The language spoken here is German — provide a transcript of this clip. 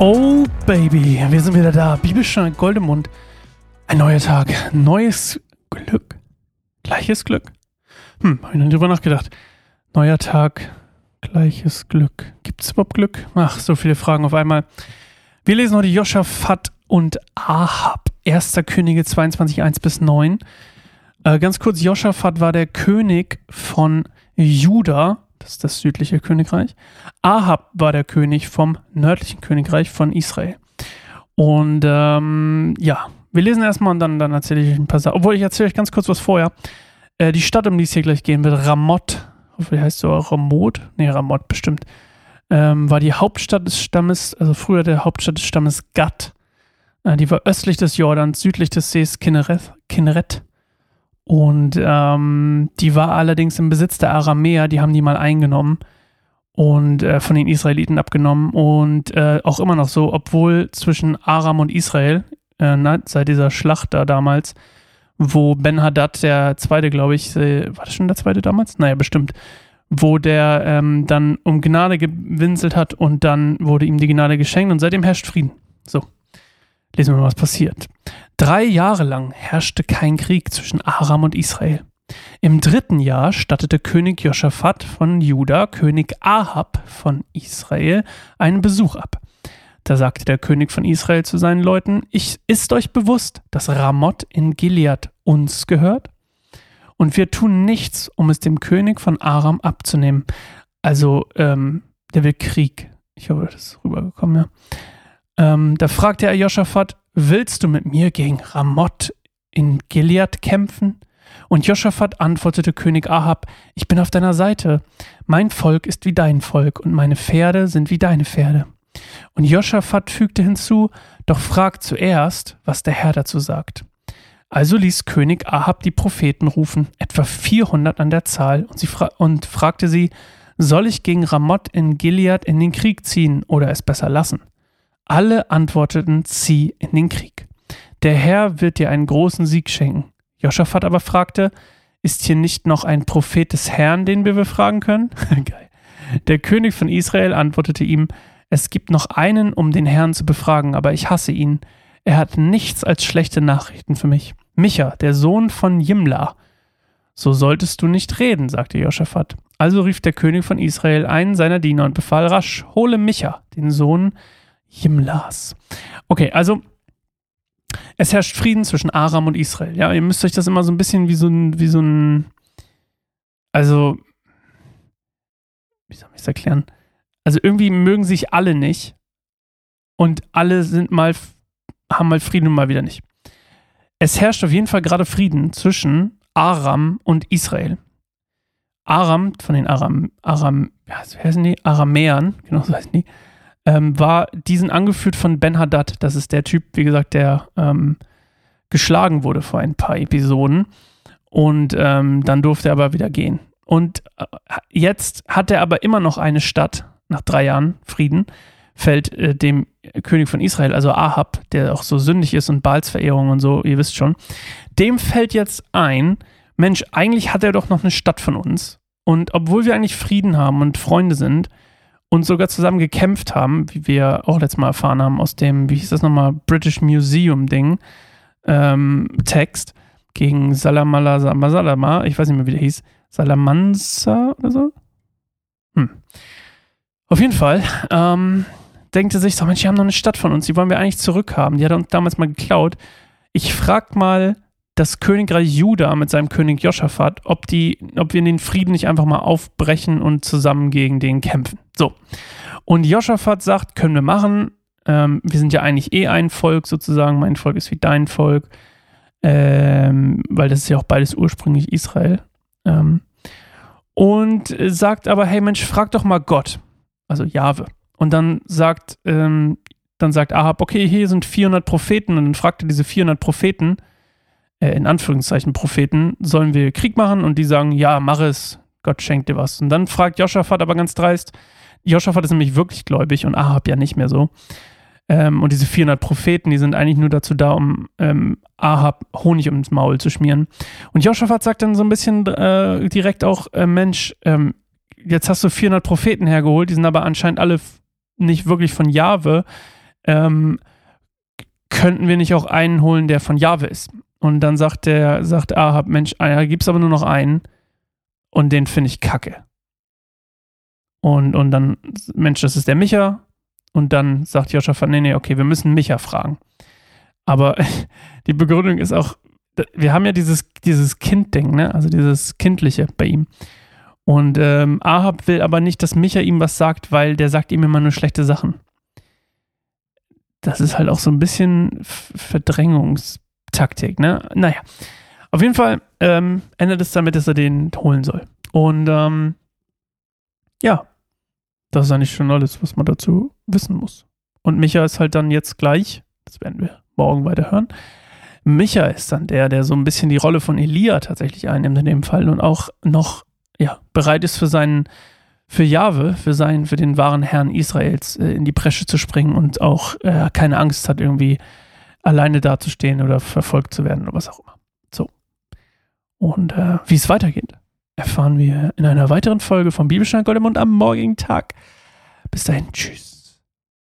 Oh Baby, wir sind wieder da. Bibelstunde Goldemund. Ein neuer Tag, neues Glück. Gleiches Glück. Habe ich noch drüber nachgedacht. Neuer Tag, gleiches Glück. Gibt es überhaupt Glück? Ach, so viele Fragen auf einmal. Wir lesen heute Josaphat und Ahab. 1. Könige 22, 1-9. Ganz kurz, Josaphat war der König von Juda. Das ist das südliche Königreich. Ahab war der König vom nördlichen Königreich von Israel. Und wir lesen erstmal und dann erzähle ich euch ein paar Sachen. Obwohl, ich erzähle euch ganz kurz was vorher. Die Stadt, um die es hier gleich gehen wird, Ramoth, hoffe, die heißt so Ramoth? Nee, Ramoth bestimmt. War die Hauptstadt des Stammes, also früher der Hauptstadt des Stammes Gad. Die war östlich des Jordans, südlich des Sees Kinneret. Und die war allerdings im Besitz der Aramäer, die haben die mal eingenommen und von den Israeliten abgenommen und auch immer noch so, obwohl zwischen Aram und Israel, seit dieser Schlacht da damals, wo Ben-Hadad, der Zweite, glaube ich, war das schon der Zweite damals? Naja, bestimmt, wo der dann um Gnade gewinselt hat und dann wurde ihm die Gnade geschenkt und seitdem herrscht Frieden. So, lesen wir mal, was passiert. 3 Jahre lang herrschte kein Krieg zwischen Aram und Israel. Im 3. Jahr stattete König Josaphat von Juda König Ahab von Israel einen Besuch ab. Da sagte der König von Israel zu seinen Leuten: Ist euch bewusst, dass Ramoth in Gilead uns gehört? Und wir tun nichts, um es dem König von Aram abzunehmen. Also, der will Krieg. Ich hoffe, das ist rübergekommen, ja. Da fragte er Josaphat: Willst du mit mir gegen Ramoth in Gilead kämpfen? Und Josaphat antwortete König Ahab: Ich bin auf deiner Seite. Mein Volk ist wie dein Volk und meine Pferde sind wie deine Pferde. Und Josaphat fügte hinzu: Doch frag zuerst, was der Herr dazu sagt. Also ließ König Ahab die Propheten rufen, etwa 400 an der Zahl, und fragte sie: Soll ich gegen Ramoth in Gilead in den Krieg ziehen oder es besser lassen? Alle antworteten: Zieh in den Krieg. Der Herr wird dir einen großen Sieg schenken. Josaphat aber fragte: Ist hier nicht noch ein Prophet des Herrn, den wir befragen können? Geil. Der König von Israel antwortete ihm: Es gibt noch einen, um den Herrn zu befragen, aber ich hasse ihn. Er hat nichts als schlechte Nachrichten für mich. Micha, der Sohn von Jimla. So solltest du nicht reden, sagte Josaphat. Also rief der König von Israel einen seiner Diener und befahl rasch: Hole Micha, den Sohn Jimlas. Okay, also es herrscht Frieden zwischen Aram und Israel. Ja, ihr müsst euch das immer so ein bisschen wie so ein, also, wie soll ich es erklären? Also irgendwie mögen sich alle nicht und alle haben mal Frieden und mal wieder nicht. Es herrscht auf jeden Fall gerade Frieden zwischen Aram und Israel. Aram, von den wie heißen die? Aramäern, genau so heißen die. Die sind angeführt von Ben-Hadad. Das ist der Typ, wie gesagt, der geschlagen wurde vor ein paar Episoden. Und dann durfte er aber wieder gehen. Und jetzt hat er aber immer noch eine Stadt, nach 3 Jahren Frieden, fällt dem König von Israel, also Ahab, der auch so sündig ist und Baalsverehrung und so, ihr wisst schon, dem fällt jetzt ein: Mensch, eigentlich hat er doch noch eine Stadt von uns. Und obwohl wir eigentlich Frieden haben und Freunde sind, und sogar zusammen gekämpft haben, wie wir auch letztes Mal erfahren haben aus dem, wie hieß das nochmal, British Museum-Ding, Text gegen Salama, ich weiß nicht mehr, wie der hieß, Salamansa oder so? Auf jeden Fall denkt er sich so: Mensch, die haben noch eine Stadt von uns, die wollen wir eigentlich zurückhaben, die hat er uns damals mal geklaut. Ich frag mal das Königreich Juda mit seinem König Josaphat, ob wir den Frieden nicht einfach mal aufbrechen und zusammen gegen den kämpfen. So. Und Josaphat sagt: Können wir machen. Wir sind ja eigentlich ein Volk sozusagen. Mein Volk ist wie dein Volk. Weil das ist ja auch beides ursprünglich Israel. Und sagt aber: Hey Mensch, frag doch mal Gott. Also Jahwe. Und dann sagt Ahab: Okay, hier sind 400 Propheten. Und dann fragt er diese 400 Propheten, in Anführungszeichen Propheten: Sollen wir Krieg machen? Und die sagen: Ja, mach es, Gott schenkt dir was. Und dann fragt Josaphat aber ganz dreist, Josaphat ist nämlich wirklich gläubig und Ahab ja nicht mehr so. Und diese 400 Propheten, die sind eigentlich nur dazu da, um Ahab Honig ums Maul zu schmieren. Und Josaphat sagt dann so ein bisschen direkt auch: Mensch, jetzt hast du 400 Propheten hergeholt, die sind aber anscheinend alle nicht wirklich von Jahwe. könnten wir nicht auch einen holen, der von Jahwe ist? Und dann sagt Ahab, Mensch, gibt's aber nur noch einen und den finde ich kacke. Und dann, Mensch, das ist der Micha. Und dann sagt Josaphat, nee, okay, wir müssen Micha fragen. Aber die Begründung ist auch, wir haben ja dieses Kind-Ding, ne? Also dieses Kindliche bei ihm. Und Ahab will aber nicht, dass Micha ihm was sagt, weil der sagt ihm immer nur schlechte Sachen. Das ist halt auch so ein bisschen Verdrängungstaktik, ne? Naja, auf jeden Fall endet es damit, dass er den holen soll. Und ja, das ist eigentlich schon alles, was man dazu wissen muss. Und Micha ist halt dann jetzt gleich, das werden wir morgen weiter hören, Micha ist dann der so ein bisschen die Rolle von Elia tatsächlich einnimmt in dem Fall und auch noch bereit ist für Jahwe, für den wahren Herrn Israels in die Bresche zu springen und auch keine Angst hat, irgendwie alleine dazustehen oder verfolgt zu werden oder was auch immer. So. Und wie es weitergeht, erfahren wir in einer weiteren Folge vom Bibelstein Goldemund am morgigen Tag. Bis dahin, tschüss.